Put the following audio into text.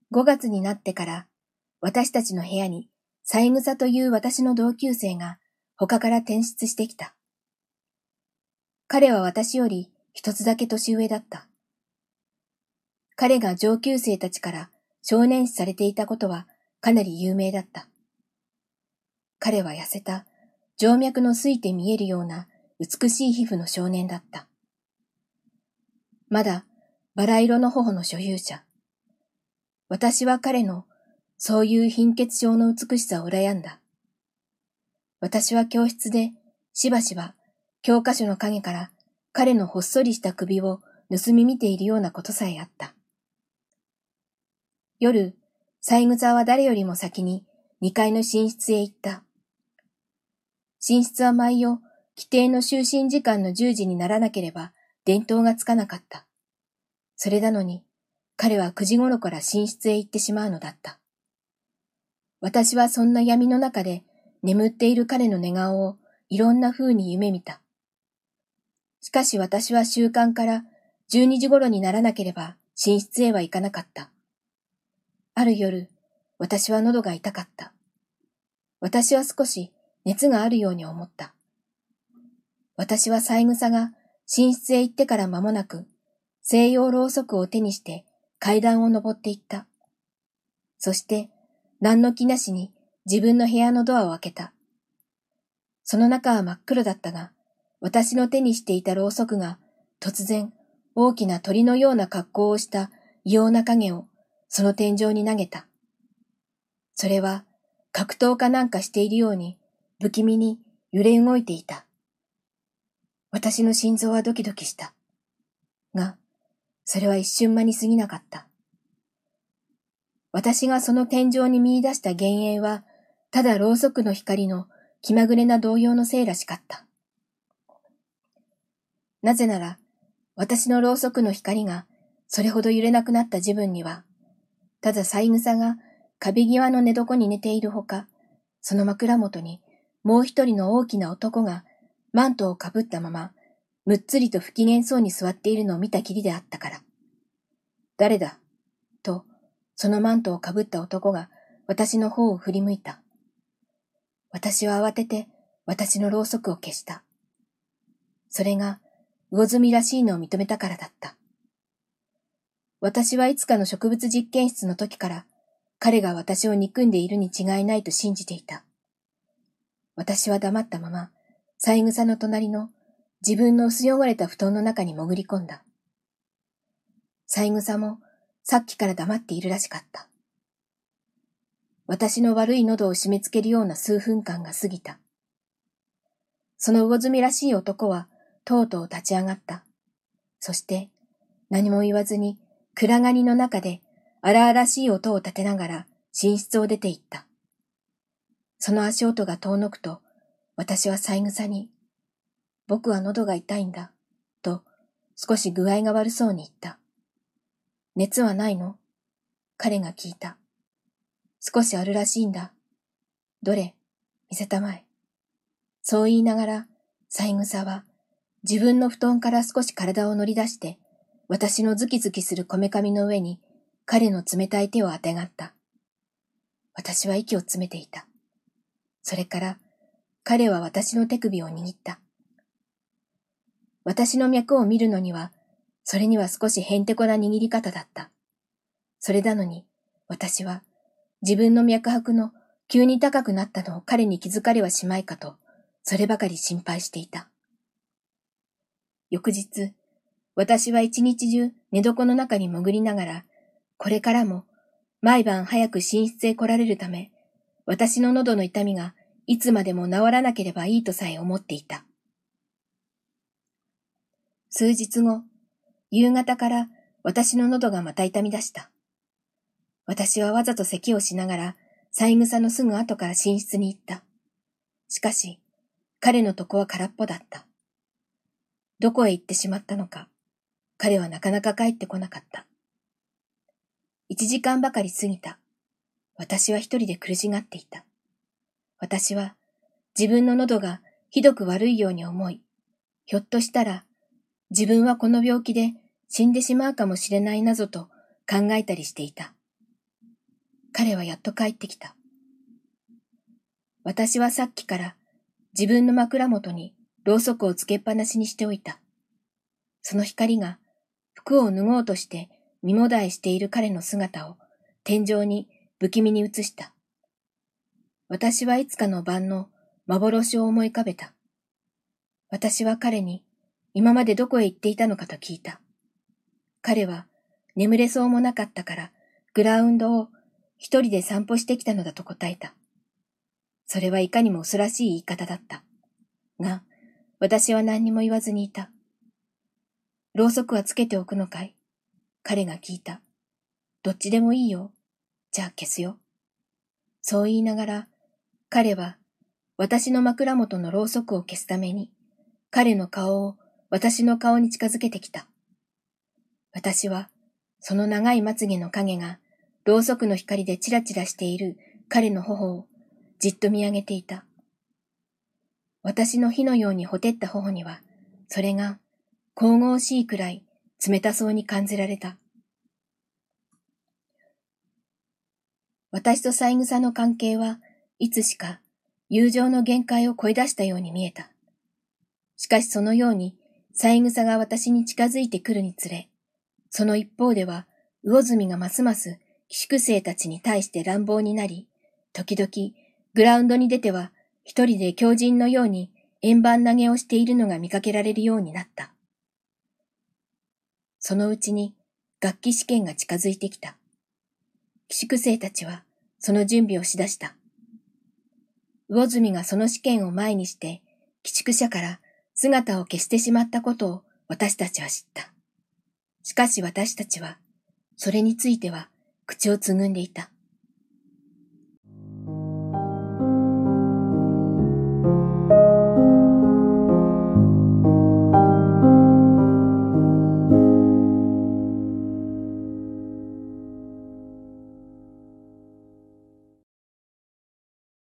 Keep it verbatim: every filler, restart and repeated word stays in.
ごがつになってから、私たちの部屋に、三枝という私の同級生が他から転出してきた。彼は私より一つだけ年上だった。彼が上級生たちから少年視されていたことはかなり有名だった。彼は痩せた、静脈のすいて見えるような美しい皮膚の少年だった。まだバラ色の頬の所有者。私は彼のそういう貧血症の美しさを羨んだ。私は教室でしばしば教科書の影から彼のほっそりした首を盗み見ているようなことさえあった。夜、三枝は誰よりも先に二階の寝室へ行った。寝室は毎夜、規定の就寝時間のじゅうじにならなければ電灯がつかなかった。それなのに、彼はくじ頃から寝室へ行ってしまうのだった。私はそんな闇の中で眠っている彼の寝顔をいろんな風に夢見た。しかし私は習慣からじゅうにじ頃にならなければ寝室へは行かなかった。ある夜、私は喉が痛かった。私は少し熱があるように思った。私は三枝が寝室へ行ってから間もなく、西洋ろうそくを手にして階段を登っていった。そして、何の気なしに自分の部屋のドアを開けた。その中は真っ黒だったが、私の手にしていたろうそくが突然大きな鳥のような格好をした異様な影をその天井に投げた。それは格闘かなんかしているように不気味に揺れ動いていた。私の心臓はドキドキした。が、それは一瞬間に過ぎなかった。私がその天井に見出した幻影は、ただろうそくの光の気まぐれな動揺のせいらしかった。なぜなら、私のろうそくの光がそれほど揺れなくなった自分には、ただ三枝が壁際の寝床に寝ているほか、その枕元にもう一人の大きな男がマントをかぶったまま、むっつりと不機嫌そうに座っているのを見たきりであったから。誰だと、そのマントをかぶった男が私の方を振り向いた。私は慌てて私のろうそくを消した。それが魚住らしいのを認めたからだった。私はいつかの植物実験室の時から彼が私を憎んでいるに違いないと信じていた。私は黙ったまま三枝の隣の自分の薄汚れた布団の中に潜り込んだ。三枝もさっきから黙っているらしかった。私の悪い喉を締め付けるような数分間が過ぎた。その魚住らしい男はとうとう立ち上がった。そして何も言わずに暗がりの中で荒々しい音を立てながら寝室を出て行った。その足音が遠のくと私は三枝に、僕は喉が痛いんだ、と少し具合が悪そうに言った。熱はないの？彼が聞いた。少しあるらしいんだ。どれ？見せたまえ。そう言いながら、三枝は自分の布団から少し体を乗り出して、私のズキズキするこめかみの上に彼の冷たい手をあてがった。私は息を詰めていた。それから彼は私の手首を握った。私の脈を見るのには、それには少しへんてこな握り方だった。それなのに、私は自分の脈拍の急に高くなったのを彼に気づかれはしまいかと、そればかり心配していた。翌日、私は一日中寝床の中に潜りながら、これからも毎晩早く寝室へ来られるため、私の喉の痛みがいつまでも治らなければいいとさえ思っていた。数日後、夕方から私の喉がまた痛み出した。私はわざと咳をしながら、三枝のすぐ後から寝室に行った。しかし、彼の床は空っぽだった。どこへ行ってしまったのか、彼はなかなか帰ってこなかった。一時間ばかり過ぎた。私は一人で苦しがっていた。私は自分の喉がひどく悪いように思い、ひょっとしたら自分はこの病気で死んでしまうかもしれないなぞと考えたりしていた。 彼はやっと帰ってきた。私はさっきから自分の枕元にろうそくをつけっぱなしにしておいた。その光が服を脱ごうとして身もだえしている彼の姿を天井に不気味に映した。私はいつかの晩の幻を思い浮かべた。私は彼に今までどこへ行っていたのかと聞いた。彼は眠れそうもなかったからグラウンドを一人で散歩してきたのだと答えた。それはいかにも恐ろしい言い方だった。が、私は何にも言わずにいた。ろうそくはつけておくのかい？彼が聞いた。どっちでもいいよ。じゃあ消すよ。そう言いながら、彼は私の枕元のろうそくを消すために、彼の顔を私の顔に近づけてきた。私は、その長いまつげの影が、ろうそくの光でチラチラしている彼の頬をじっと見上げていた。私の火のようにほてった頬には、それが神々しいくらい冷たそうに感じられた。私と三枝の関係はいつしか友情の限界を超え出したように見えた。しかしそのように三枝が私に近づいてくるにつれ、その一方では魚住がますます寄宿生たちに対して乱暴になり、時々グラウンドに出ては一人で狂人のように円盤投げをしているのが見かけられるようになった。そのうちに学期試験が近づいてきた。寄宿生たちはその準備をしだした。魚住がその試験を前にして寄宿舎から姿を消してしまったことを私たちは知った。しかし私たちはそれについては口をつぐんでいた。